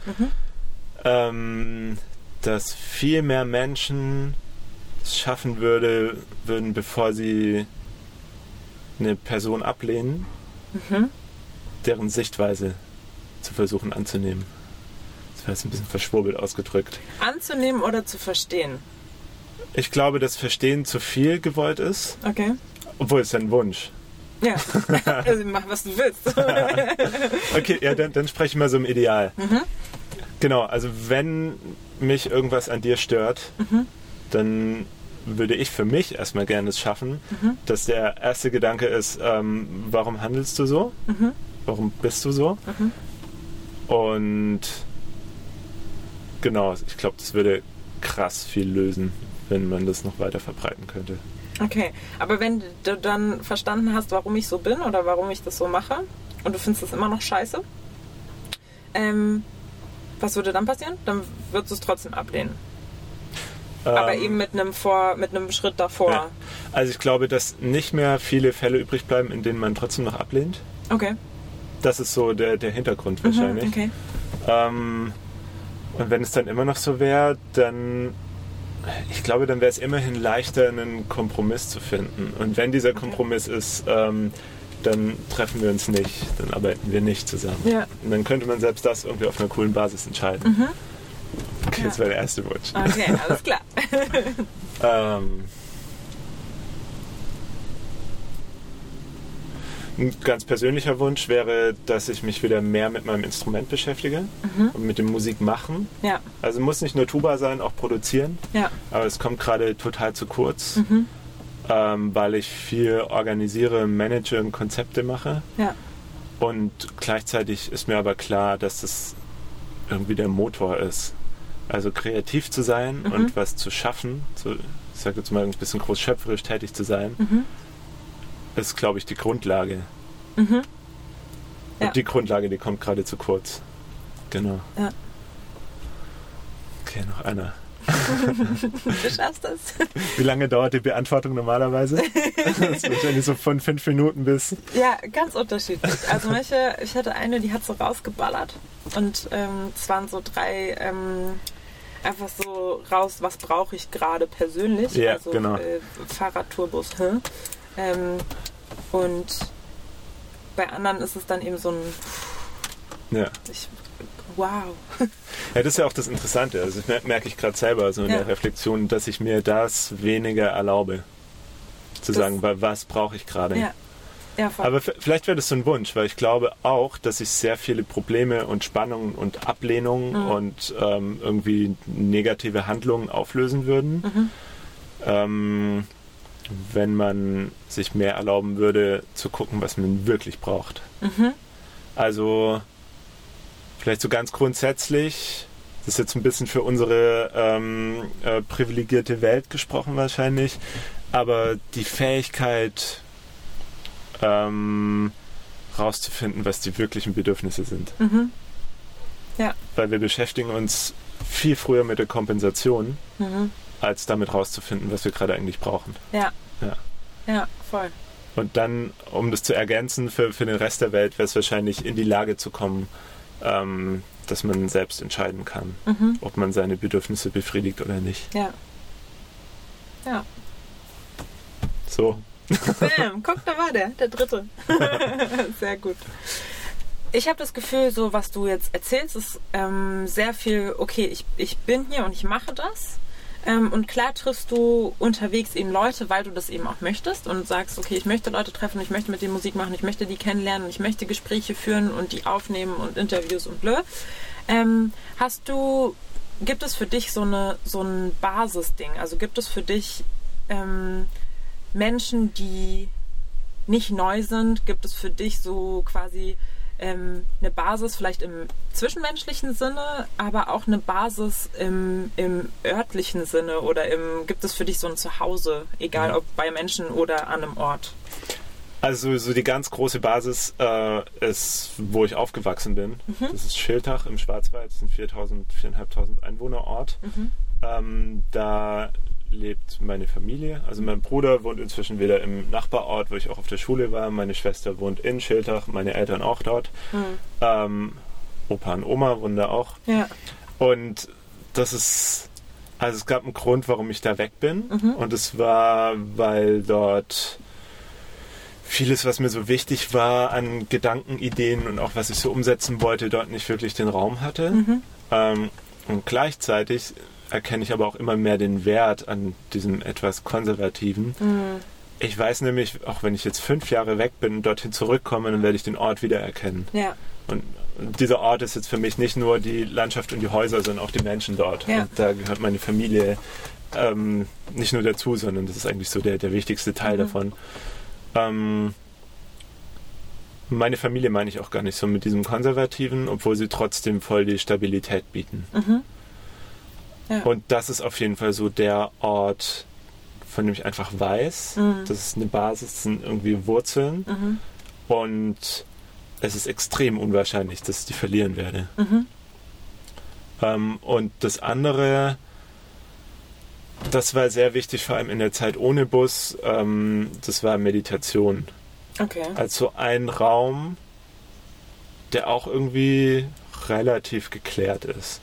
dass viel mehr Menschen es schaffen würden, bevor sie eine Person ablehnen, deren Sichtweise zu versuchen anzunehmen. Das war jetzt ein bisschen verschwurbelt ausgedrückt. Anzunehmen oder zu verstehen? Ich glaube, dass Verstehen zu viel gewollt ist. Okay. Obwohl es ein Wunsch. Ja, also mach, was du willst. Okay, ja, dann spreche ich mal so im Ideal. Genau, also wenn mich irgendwas an dir stört, dann würde ich für mich erstmal gerne es schaffen, dass der erste Gedanke ist, warum handelst du so? Warum bist du so? Und genau, ich glaube, das würde krass viel lösen, wenn man das noch weiter verbreiten könnte. Okay, aber wenn du dann verstanden hast, warum ich so bin oder warum ich das so mache und du findest das immer noch scheiße, was würde dann passieren? Dann würdest du es trotzdem ablehnen. Aber eben mit einem Schritt davor. Ja. Also ich glaube, dass nicht mehr viele Fälle übrig bleiben, in denen man trotzdem noch ablehnt. Okay. Das ist so der Hintergrund wahrscheinlich. Okay. Und wenn es dann immer noch so wäre, dann wäre es immerhin leichter, einen Kompromiss zu finden. Und wenn dieser Kompromiss ist, dann treffen wir uns nicht, dann arbeiten wir nicht zusammen. Ja. Und dann könnte man selbst das irgendwie auf einer coolen Basis entscheiden. Okay, das wäre der erste Wunsch. Okay, alles klar. Ein ganz persönlicher Wunsch wäre, dass ich mich wieder mehr mit meinem Instrument beschäftige und mit dem Musikmachen. Ja. Also muss nicht nur Tuba sein, auch produzieren. Ja. Aber es kommt gerade total zu kurz, weil ich viel organisiere, manage und Konzepte mache. Ja. Und gleichzeitig ist mir aber klar, dass das irgendwie der Motor ist. Also kreativ zu sein und was zu schaffen, so, ich sage jetzt mal ein bisschen groß schöpferisch tätig zu sein, ist, glaube ich, die Grundlage. Ja. Und die Grundlage, die kommt gerade zu kurz. Genau. Ja. Okay, noch einer. Du schaffst das. Wie lange dauert die Beantwortung normalerweise? Das ist wahrscheinlich so von 5 Minuten bis... Ja, ganz unterschiedlich. Also ich hatte eine, die hat so rausgeballert und es waren so 3 einfach so raus, was brauche ich gerade persönlich. Ja, also genau. Fahrrad, Tourbus, und bei anderen ist es dann eben so ein wow. Ja, das ist ja auch das Interessante. Also das merke ich gerade selber so in der Reflexion, dass ich mir das weniger erlaube. Zu sagen, was brauche ich gerade. Ja. Ja, voll. Aber vielleicht wäre das so ein Wunsch, weil ich glaube auch, dass sich sehr viele Probleme und Spannungen und Ablehnungen und irgendwie negative Handlungen auflösen würden. wenn man sich mehr erlauben würde, zu gucken, was man wirklich braucht. Also vielleicht so ganz grundsätzlich, das ist jetzt ein bisschen für unsere privilegierte Welt gesprochen wahrscheinlich, aber die Fähigkeit rauszufinden, was die wirklichen Bedürfnisse sind. Ja. Weil wir beschäftigen uns viel früher mit der Kompensation, als damit rauszufinden, was wir gerade eigentlich brauchen. Ja, voll. Und dann, um das zu ergänzen, für den Rest der Welt wäre es wahrscheinlich in die Lage zu kommen, dass man selbst entscheiden kann, ob man seine Bedürfnisse befriedigt oder nicht. Ja. So. Bam, guck, da war der dritte. Sehr gut. Ich habe das Gefühl, so was du jetzt erzählst, ist sehr viel, okay, ich bin hier und ich mache das. Und klar triffst du unterwegs eben Leute, weil du das eben auch möchtest und sagst, okay, ich möchte Leute treffen, ich möchte mit denen Musik machen, ich möchte die kennenlernen, ich möchte Gespräche führen und die aufnehmen und Interviews und blö. Gibt es für dich so ein Basisding? Also gibt es für dich Menschen, die nicht neu sind? Gibt es für dich so quasi eine Basis vielleicht im zwischenmenschlichen Sinne, aber auch eine Basis im örtlichen Sinne oder gibt es für dich so ein Zuhause, egal ob bei Menschen oder an einem Ort? Also so die ganz große Basis ist, wo ich aufgewachsen bin. Das ist Schiltach im Schwarzwald, das ist ein 4.500 Einwohnerort. Da lebt meine Familie. Also mein Bruder wohnt inzwischen wieder im Nachbarort, wo ich auch auf der Schule war. Meine Schwester wohnt in Schiltach, meine Eltern auch dort. Opa und Oma wohnen da auch. Ja. Und das ist, also es gab einen Grund, warum ich da weg bin. Und es war, weil dort vieles, was mir so wichtig war an Gedanken, Ideen und auch was ich so umsetzen wollte, dort nicht wirklich den Raum hatte. Und gleichzeitig erkenne ich aber auch immer mehr den Wert an diesem etwas Konservativen. Ich weiß nämlich, auch wenn ich jetzt 5 Jahre weg bin und dorthin zurückkomme, dann werde ich den Ort wiedererkennen. Ja. Und dieser Ort ist jetzt für mich nicht nur die Landschaft und die Häuser, sondern auch die Menschen dort. Ja. Und da gehört meine Familie nicht nur dazu, sondern das ist eigentlich so der wichtigste Teil davon. Meine Familie meine ich auch gar nicht so mit diesem Konservativen, obwohl sie trotzdem voll die Stabilität bieten. Ja. Und das ist auf jeden Fall so der Ort, von dem ich einfach weiß, das ist eine Basis, das sind irgendwie Wurzeln und es ist extrem unwahrscheinlich, dass ich die verlieren werde. Und das andere, das war sehr wichtig, vor allem in der Zeit ohne Bus, das war Meditation. Okay. Also ein Raum, der auch irgendwie relativ geklärt ist.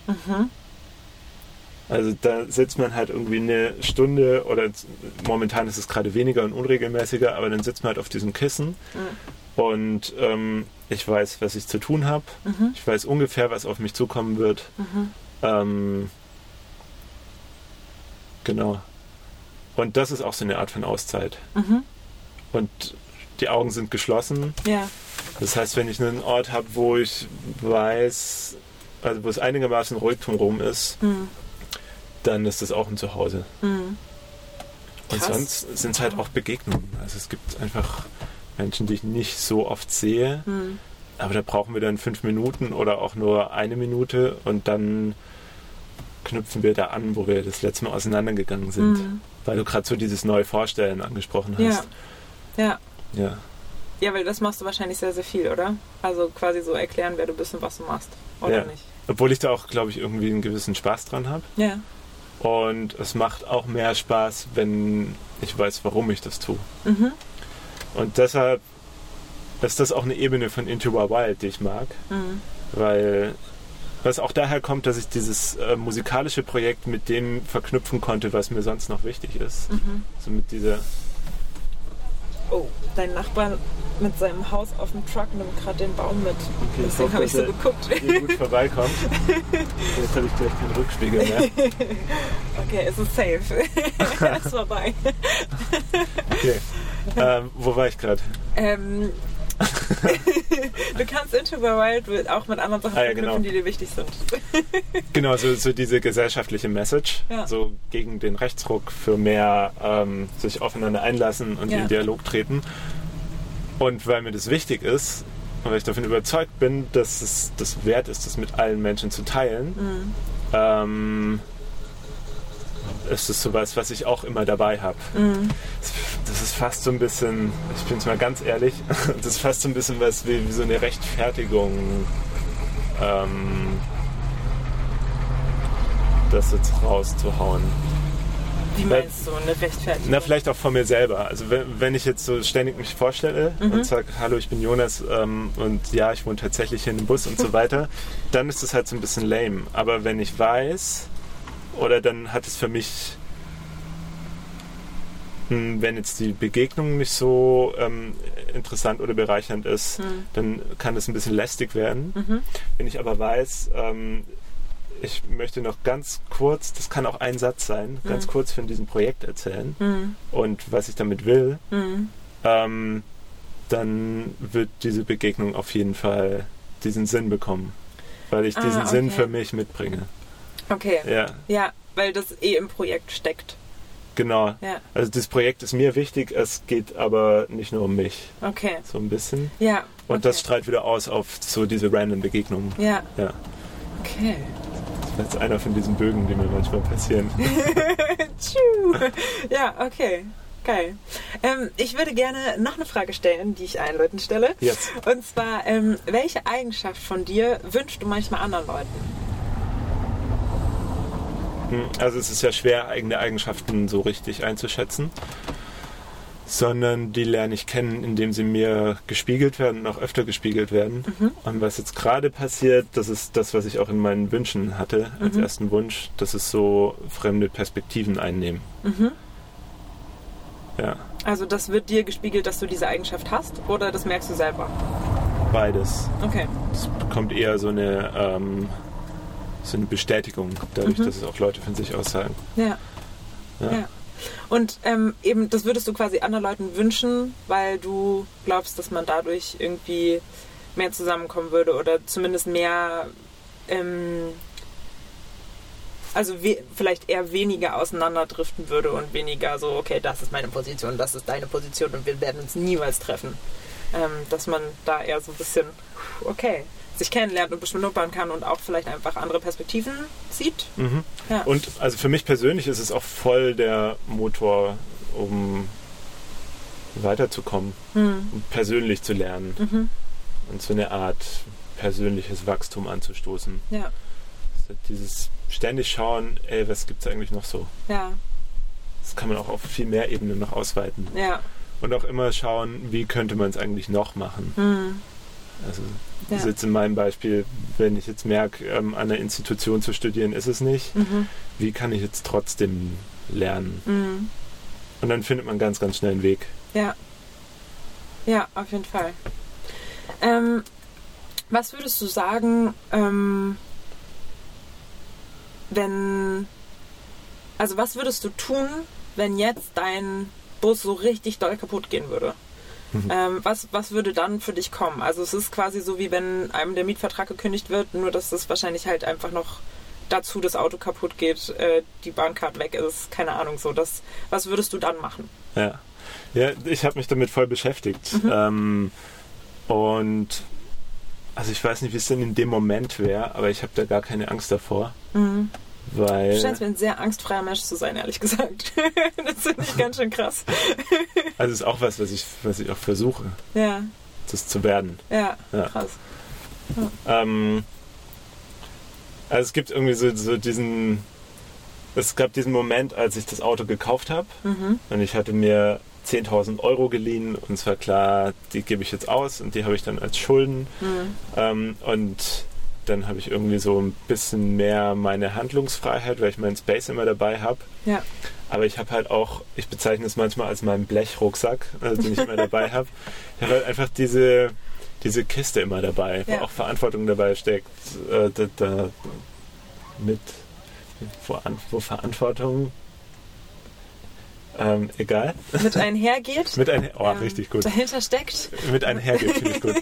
Also da sitzt man halt irgendwie eine Stunde oder momentan ist es gerade weniger und unregelmäßiger, aber dann sitzt man halt auf diesem Kissen und ich weiß, was ich zu tun habe. Ich weiß ungefähr, was auf mich zukommen wird. Genau. Und das ist auch so eine Art von Auszeit. Und die Augen sind geschlossen. Ja. Das heißt, wenn ich einen Ort habe, wo ich weiß, also wo es einigermaßen ruhig drumherum ist, dann ist das auch ein Zuhause. Und sonst sind es halt auch Begegnungen. Also es gibt einfach Menschen, die ich nicht so oft sehe, aber da brauchen wir dann 5 Minuten oder auch nur 1 Minute und dann knüpfen wir da an, wo wir das letzte Mal auseinandergegangen sind. Weil du gerade so dieses neue Vorstellen angesprochen hast. Ja. Ja. Ja, weil das machst du wahrscheinlich sehr, sehr viel, oder? Also quasi so erklären, wer du bist und was du machst, oder nicht? Obwohl ich da auch, glaube ich, irgendwie einen gewissen Spaß dran habe. Ja. Und es macht auch mehr Spaß, wenn ich weiß, warum ich das tue. Und deshalb ist das auch eine Ebene von Into Our Wild, die ich mag. Weil was auch daher kommt, dass ich dieses musikalische Projekt mit dem verknüpfen konnte, was mir sonst noch wichtig ist. So mit dieser... Oh, dein Nachbar mit seinem Haus auf dem Truck nimmt gerade den Baum mit. Okay, deswegen habe ich so geguckt. Hier gut vorbeikommt. Jetzt habe ich gleich keinen Rückspiegel mehr. Okay, es ist safe. Er ist vorbei. Okay. Wo war ich gerade? Du kannst Into the Wild auch mit anderen Sachen verknüpfen, die dir wichtig sind. Genau, so diese gesellschaftliche Message, so gegen den Rechtsruck für mehr sich aufeinander einlassen und in Dialog treten. Und weil mir das wichtig ist, und weil ich davon überzeugt bin, dass es das wert ist, das mit allen Menschen zu teilen, ist es sowas, was ich auch immer dabei habe. Das ist fast so ein bisschen, ich bin jetzt mal ganz ehrlich, das ist fast so ein bisschen was wie so eine Rechtfertigung, das jetzt rauszuhauen. Wie meinst du, eine Rechtfertigung? Na, vielleicht auch von mir selber. Also wenn ich jetzt so ständig mich vorstelle und sage, hallo, ich bin Jonas und ja, ich wohne tatsächlich hier in einem Bus und so weiter, dann ist es halt so ein bisschen lame. Aber wenn ich weiß, oder dann hat es für mich, wenn jetzt die Begegnung nicht so interessant oder bereichernd ist, dann kann es ein bisschen lästig werden. Wenn ich aber weiß, ich möchte noch ganz kurz, das kann auch ein Satz sein, ganz kurz von diesem Projekt erzählen und was ich damit will, dann wird diese Begegnung auf jeden Fall diesen Sinn bekommen, weil ich diesen Sinn für mich mitbringe. Okay. Ja, weil das im Projekt steckt. Genau. Ja. Also das Projekt ist mir wichtig, es geht aber nicht nur um mich. Okay. So ein bisschen. Ja. Und das strahlt wieder aus auf so diese random Begegnungen. Ja. Okay. Das war jetzt einer von diesen Bögen, die mir manchmal passieren. Ja, okay. Geil. Ich würde gerne noch eine Frage stellen, die ich allen Leuten stelle. Yes. Und zwar, welche Eigenschaft von dir wünschst du manchmal anderen Leuten? Also es ist ja schwer, eigene Eigenschaften so richtig einzuschätzen, sondern die lerne ich kennen, indem sie mir gespiegelt werden und auch öfter gespiegelt werden. Und was jetzt gerade passiert, das ist das, was ich auch in meinen Wünschen hatte, als ersten Wunsch, das ist so fremde Perspektiven einnehmen. Ja. Also das wird dir gespiegelt, dass du diese Eigenschaft hast, oder das merkst du selber? Beides. Okay. Es bekommt eher so eine Bestätigung, dadurch, dass es auch Leute von sich aus sagen. Ja. Und eben, das würdest du quasi anderen Leuten wünschen, weil du glaubst, dass man dadurch irgendwie mehr zusammenkommen würde oder zumindest mehr, vielleicht eher weniger auseinanderdriften würde und weniger so, okay, das ist meine Position, das ist deine Position und wir werden uns niemals treffen. Dass man da eher so ein bisschen, sich kennenlernt und beschnuppern kann und auch vielleicht einfach andere Perspektiven sieht. Ja. Und also für mich persönlich ist es auch voll der Motor, um weiterzukommen, um persönlich zu lernen und so eine Art persönliches Wachstum anzustoßen. Ja. Also dieses ständig schauen, was gibt es eigentlich noch so? Ja. Das kann man auch auf viel mehr Ebenen noch ausweiten. Ja. Und auch immer schauen, wie könnte man es eigentlich noch machen. Also das ist jetzt in meinem Beispiel, wenn ich jetzt merke, an einer Institution zu studieren ist es nicht, wie kann ich jetzt trotzdem lernen? Und dann findet man ganz, ganz schnell einen Weg. Ja, auf jeden Fall. Was würdest du sagen, was würdest du tun, wenn jetzt dein Bus so richtig doll kaputt gehen würde? Was würde dann für dich kommen? Also es ist quasi so, wie wenn einem der Mietvertrag gekündigt wird, nur dass das wahrscheinlich halt einfach noch dazu das Auto kaputt geht, die Bahncard weg ist, keine Ahnung so. Was würdest du dann machen? Ja, ich habe mich damit voll beschäftigt. Und also ich weiß nicht, wie es denn in dem Moment wäre, aber ich habe da gar keine Angst davor. Weil du scheinst mir ein sehr angstfreier Mensch zu sein, ehrlich gesagt. Das finde ich ganz schön krass. Also ist auch was ich auch versuche, das zu werden. Ja. Krass. Ja. Also es gibt irgendwie so es gab diesen Moment, als ich das Auto gekauft habe und ich hatte mir 10.000 Euro geliehen und es war klar, die gebe ich jetzt aus und die habe ich dann als Schulden und dann habe ich irgendwie so ein bisschen mehr meine Handlungsfreiheit, weil ich meinen Space immer dabei habe. Ja. Aber ich habe halt auch, ich bezeichne es manchmal als meinen Blechrucksack, den ich immer dabei habe. Ich habe halt einfach diese Kiste immer dabei, wo auch Verantwortung dabei steckt. Wo Verantwortung Egal. Mit einhergeht. Richtig gut. Dahinter steckt. Mit einhergeht, finde ich gut.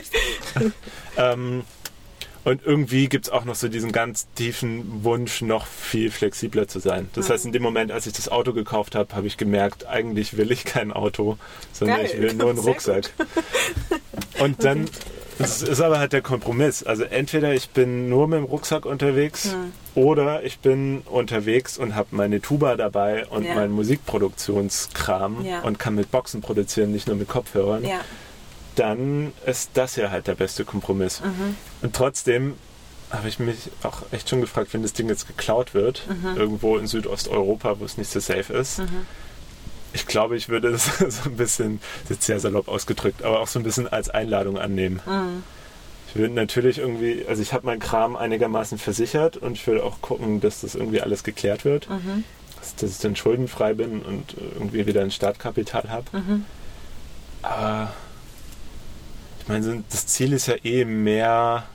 Und irgendwie gibt es auch noch so diesen ganz tiefen Wunsch, noch viel flexibler zu sein. Das heißt, in dem Moment, als ich das Auto gekauft habe, habe ich gemerkt, eigentlich will ich kein Auto, sondern ich will nur einen Rucksack. Und dann, das ist aber halt der Kompromiss. Also entweder ich bin nur mit dem Rucksack unterwegs oder ich bin unterwegs und habe meine Tuba dabei und meinen Musikproduktionskram und kann mit Boxen produzieren, nicht nur mit Kopfhörern. Ja. Dann ist das ja halt der beste Kompromiss. Und trotzdem habe ich mich auch echt schon gefragt, wenn das Ding jetzt geklaut wird, irgendwo in Südosteuropa, wo es nicht so safe ist. Ich glaube, ich würde das so ein bisschen, das ist jetzt sehr salopp ausgedrückt, aber auch so ein bisschen als Einladung annehmen. Ich würde natürlich irgendwie, also ich habe meinen Kram einigermaßen versichert und ich würde auch gucken, dass das irgendwie alles geklärt wird. Dass ich dann schuldenfrei bin und irgendwie wieder ein Startkapital habe. Aber ich meine, das Ziel ist ja mehr,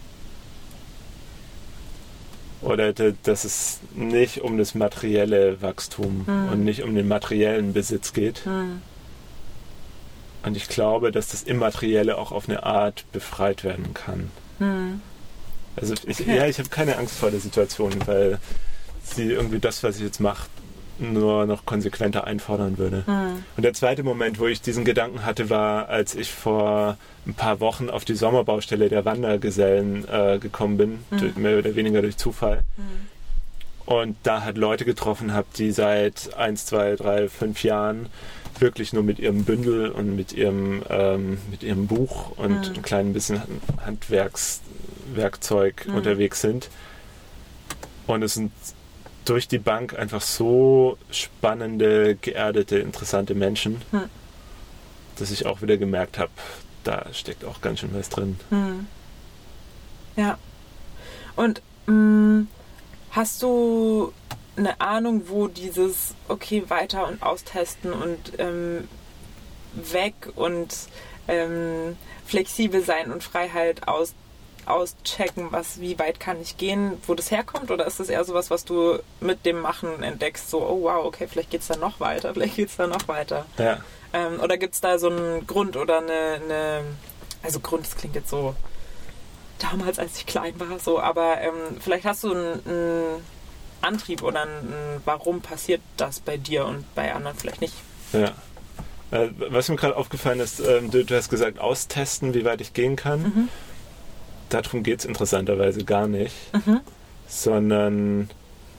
oder dass es nicht um das materielle Wachstum und nicht um den materiellen Besitz geht. Und ich glaube, dass das Immaterielle auch auf eine Art befreit werden kann. Also ich habe keine Angst vor der Situation, weil sie irgendwie das, was ich jetzt mache, nur noch konsequenter einfordern würde. Und der zweite Moment, wo ich diesen Gedanken hatte, war, als ich vor ein paar Wochen auf die Sommerbaustelle der Wandergesellen gekommen bin, mehr oder weniger durch Zufall. Und da halt Leute getroffen habe, die seit 1, 2, 3, 5 Jahren wirklich nur mit ihrem Bündel und mit ihrem Buch und ein klein bisschen Handwerkswerkzeug unterwegs sind. Und es sind durch die Bank einfach so spannende, geerdete, interessante Menschen, dass ich auch wieder gemerkt habe, da steckt auch ganz schön was drin. Ja. Und hast du eine Ahnung, wo dieses weiter und austesten und weg und flexibel sein und Freiheit auschecken, wie weit kann ich gehen, wo das herkommt? Oder ist das eher sowas, was du mit dem Machen entdeckst, so, oh wow, okay, vielleicht geht's da noch weiter, Ja. Oder gibt's da so einen Grund oder also Grund, das klingt jetzt so damals, als ich klein war, so, aber vielleicht hast du einen Antrieb oder warum passiert das bei dir und bei anderen vielleicht nicht? Ja. Was mir gerade aufgefallen ist, du hast gesagt, austesten, wie weit ich gehen kann. Darum geht es interessanterweise gar nicht, sondern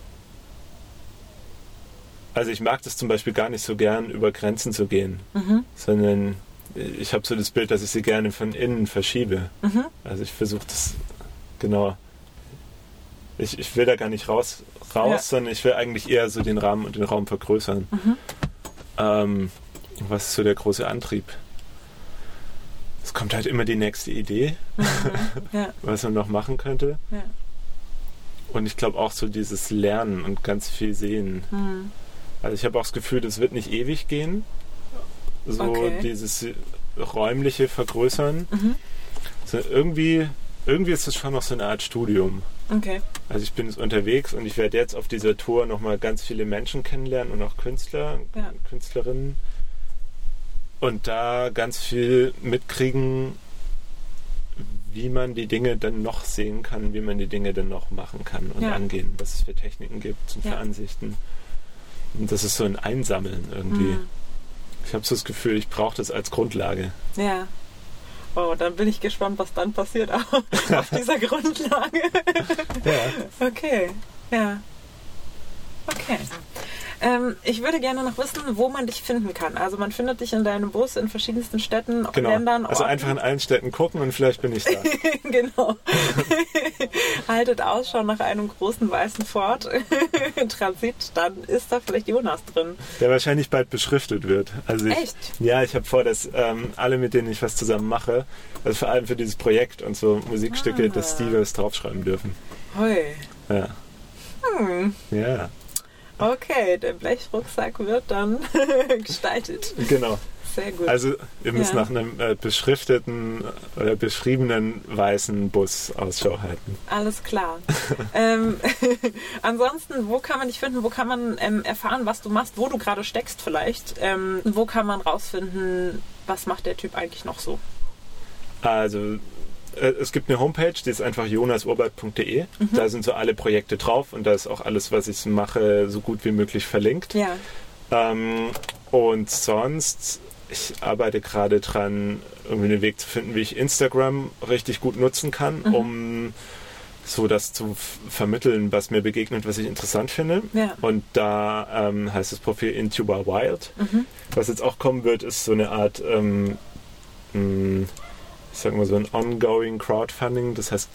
also ich mag das zum Beispiel gar nicht so gern, über Grenzen zu gehen, sondern ich habe so das Bild, dass ich sie gerne von innen verschiebe. Also ich versuche das, genau, ich will da gar nicht raus, sondern ich will eigentlich eher so den Rahmen und den Raum vergrößern. Was ist so der große Antrieb? Es kommt halt immer die nächste Idee, was man noch machen könnte. Ja. Und ich glaube auch so dieses Lernen und ganz viel sehen. Also ich habe auch das Gefühl, das wird nicht ewig gehen. So dieses räumliche Vergrößern. So irgendwie ist das schon noch so eine Art Studium. Okay. Also ich bin jetzt unterwegs und ich werde jetzt auf dieser Tour nochmal ganz viele Menschen kennenlernen und auch Künstler, Künstlerinnen. Und da ganz viel mitkriegen, wie man die Dinge dann noch sehen kann, wie man die Dinge dann noch machen kann und angehen, was es für Techniken gibt und für Ansichten. Und das ist so ein Einsammeln irgendwie. Ich habe so das Gefühl, ich brauche das als Grundlage. Ja. Oh, dann bin ich gespannt, was dann passiert auf dieser Grundlage. Ja. Okay. Ja. Okay. Ich würde gerne noch wissen, wo man dich finden kann. Also man findet dich in deinem Bus in verschiedensten Städten, Ländern, Orten. Also einfach in allen Städten gucken und vielleicht bin ich da. Genau. Haltet Ausschau nach einem großen weißen Ford Transit, dann ist da vielleicht Jonas drin. Der wahrscheinlich bald beschriftet wird. Also echt? Ja, ich habe vor, dass alle, mit denen ich was zusammen mache, also vor allem für dieses Projekt und so Musikstücke, dass die das draufschreiben dürfen. Hoi. Ja. Ja. Okay, der Blechrucksack wird dann gestaltet. Genau. Sehr gut. Also ihr müsst nach einem beschrifteten oder beschriebenen weißen Bus Ausschau halten. Alles klar. Ansonsten, wo kann man dich finden? Wo kann man erfahren, was du machst? Wo du gerade steckst vielleicht? Wo kann man rausfinden, was macht der Typ eigentlich noch so? Also es gibt eine Homepage, die ist einfach jonasurbat.de. Da sind so alle Projekte drauf und da ist auch alles, was ich mache, so gut wie möglich verlinkt. Ja. Und sonst, ich arbeite gerade dran, irgendwie einen Weg zu finden, wie ich Instagram richtig gut nutzen kann, um so das zu vermitteln, was mir begegnet, was ich interessant finde. Ja. Und da heißt das Profil Intuba Wild. Was jetzt auch kommen wird, ist so eine Art ich sag mal so ein ongoing Crowdfunding, das heißt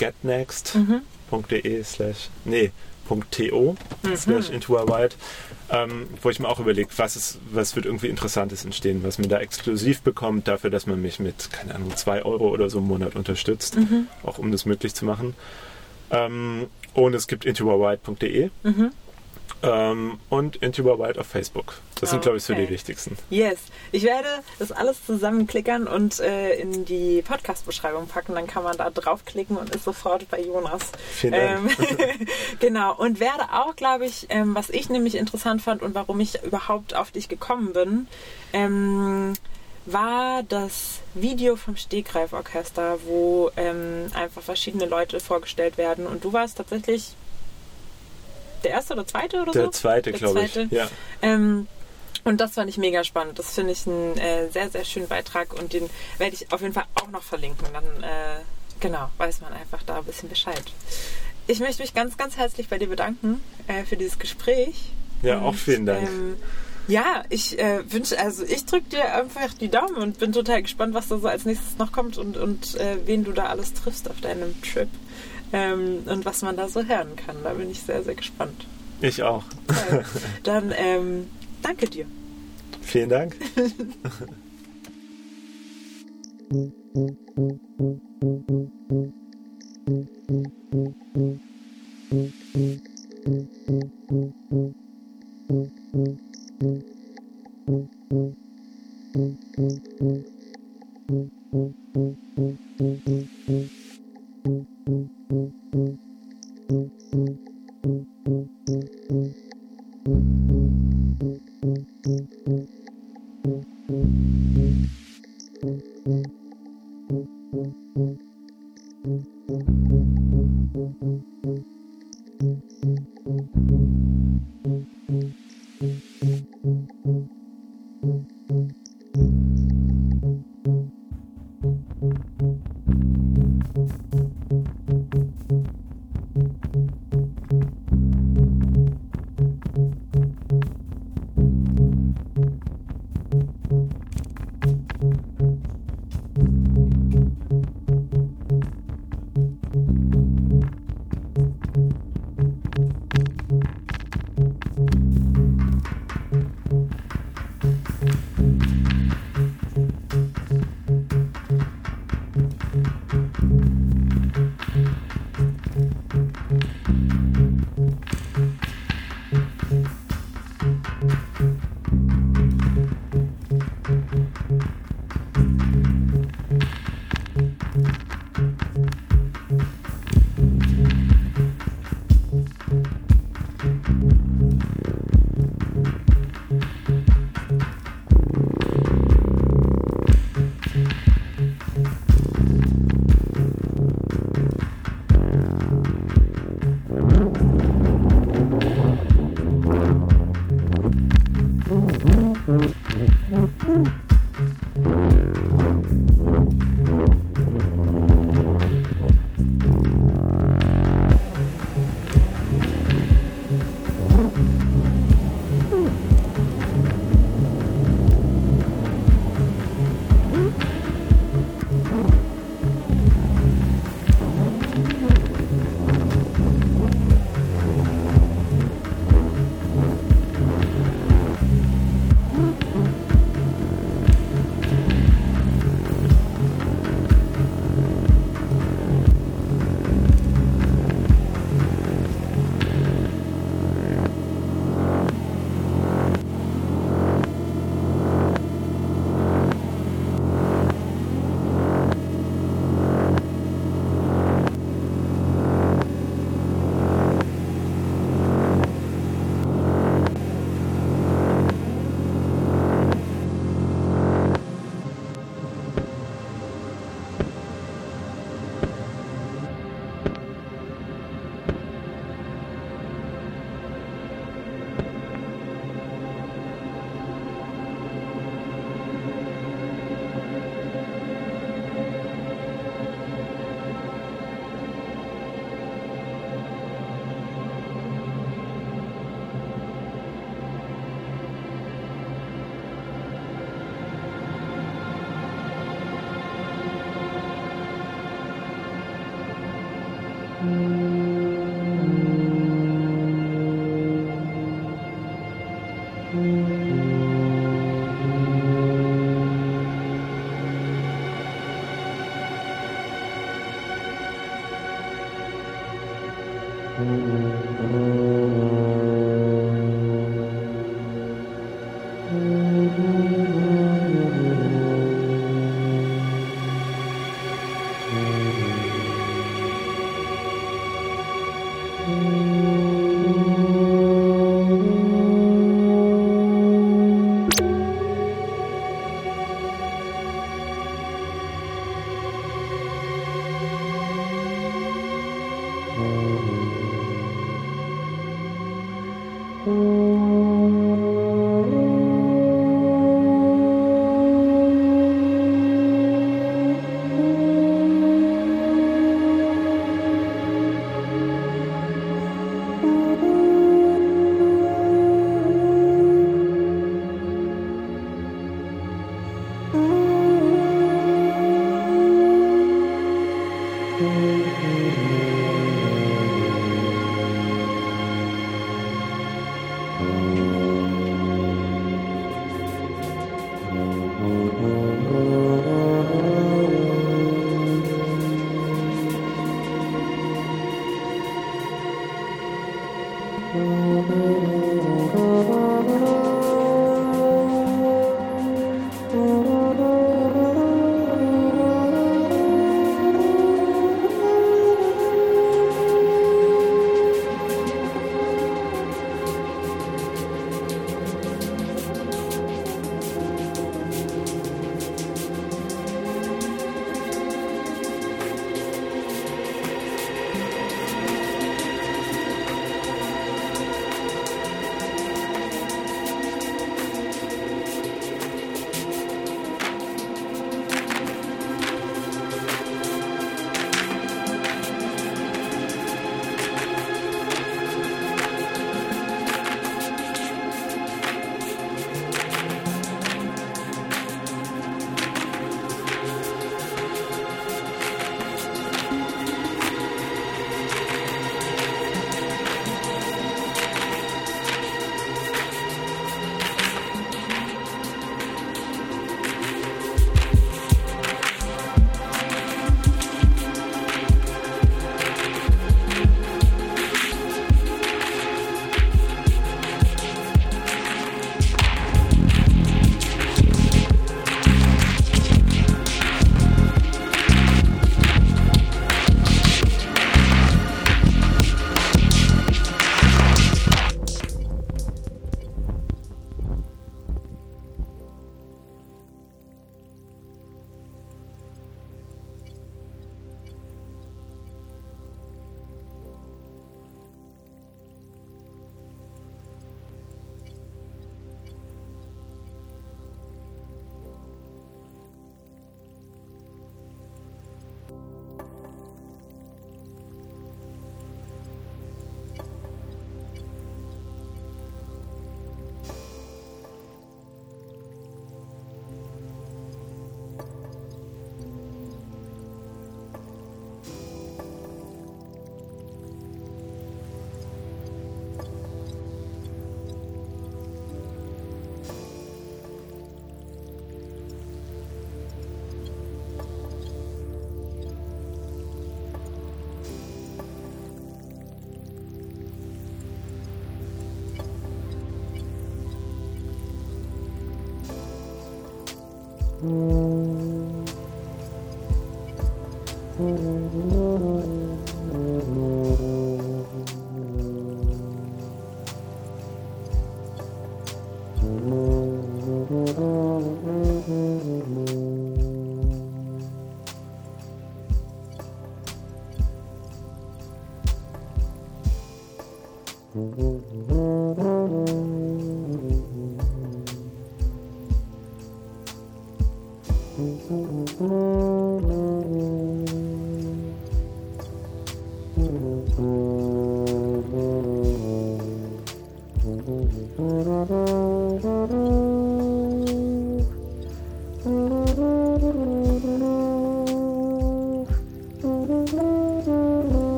getnext.to/Intuawild, wo ich mir auch überlege, was wird irgendwie Interessantes entstehen, was man da exklusiv bekommt, dafür, dass man mich mit, keine Ahnung, 2 Euro oder so im Monat unterstützt, auch um das möglich zu machen. Und es gibt intuawild.de und Intuawild auf Facebook. Das sind, glaube ich, so die wichtigsten. Yes. Ich werde das alles zusammenklickern und in die Podcast-Beschreibung packen. Dann kann man da draufklicken und ist sofort bei Jonas. Vielen Dank. Genau. Und werde auch, glaube ich, was ich nämlich interessant fand und warum ich überhaupt auf dich gekommen bin, war das Video vom Stegreif-Orchester, wo einfach verschiedene Leute vorgestellt werden. Und du warst tatsächlich der erste oder zweite oder so? Der zweite, glaube ich. Ja. Und das fand ich mega spannend. Das finde ich einen sehr, sehr schönen Beitrag und den werde ich auf jeden Fall auch noch verlinken. Dann weiß man einfach da ein bisschen Bescheid. Ich möchte mich ganz, ganz herzlich bei dir bedanken für dieses Gespräch. Ja, und auch vielen Dank. Ich ich drücke dir einfach die Daumen und bin total gespannt, was da so als nächstes noch kommt und wen du da alles triffst auf deinem Trip. Und was man da so hören kann. Da bin ich sehr, sehr gespannt. Ich auch. Okay. Dann danke dir. Vielen Dank.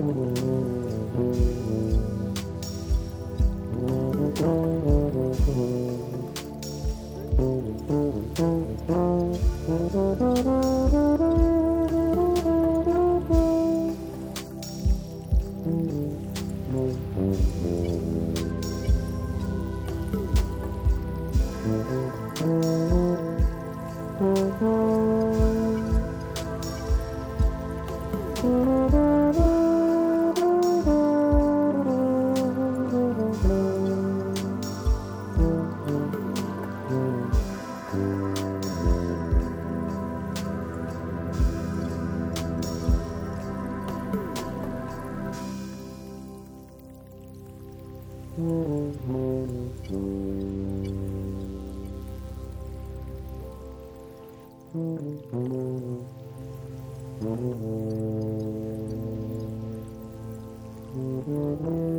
Mm-hmm.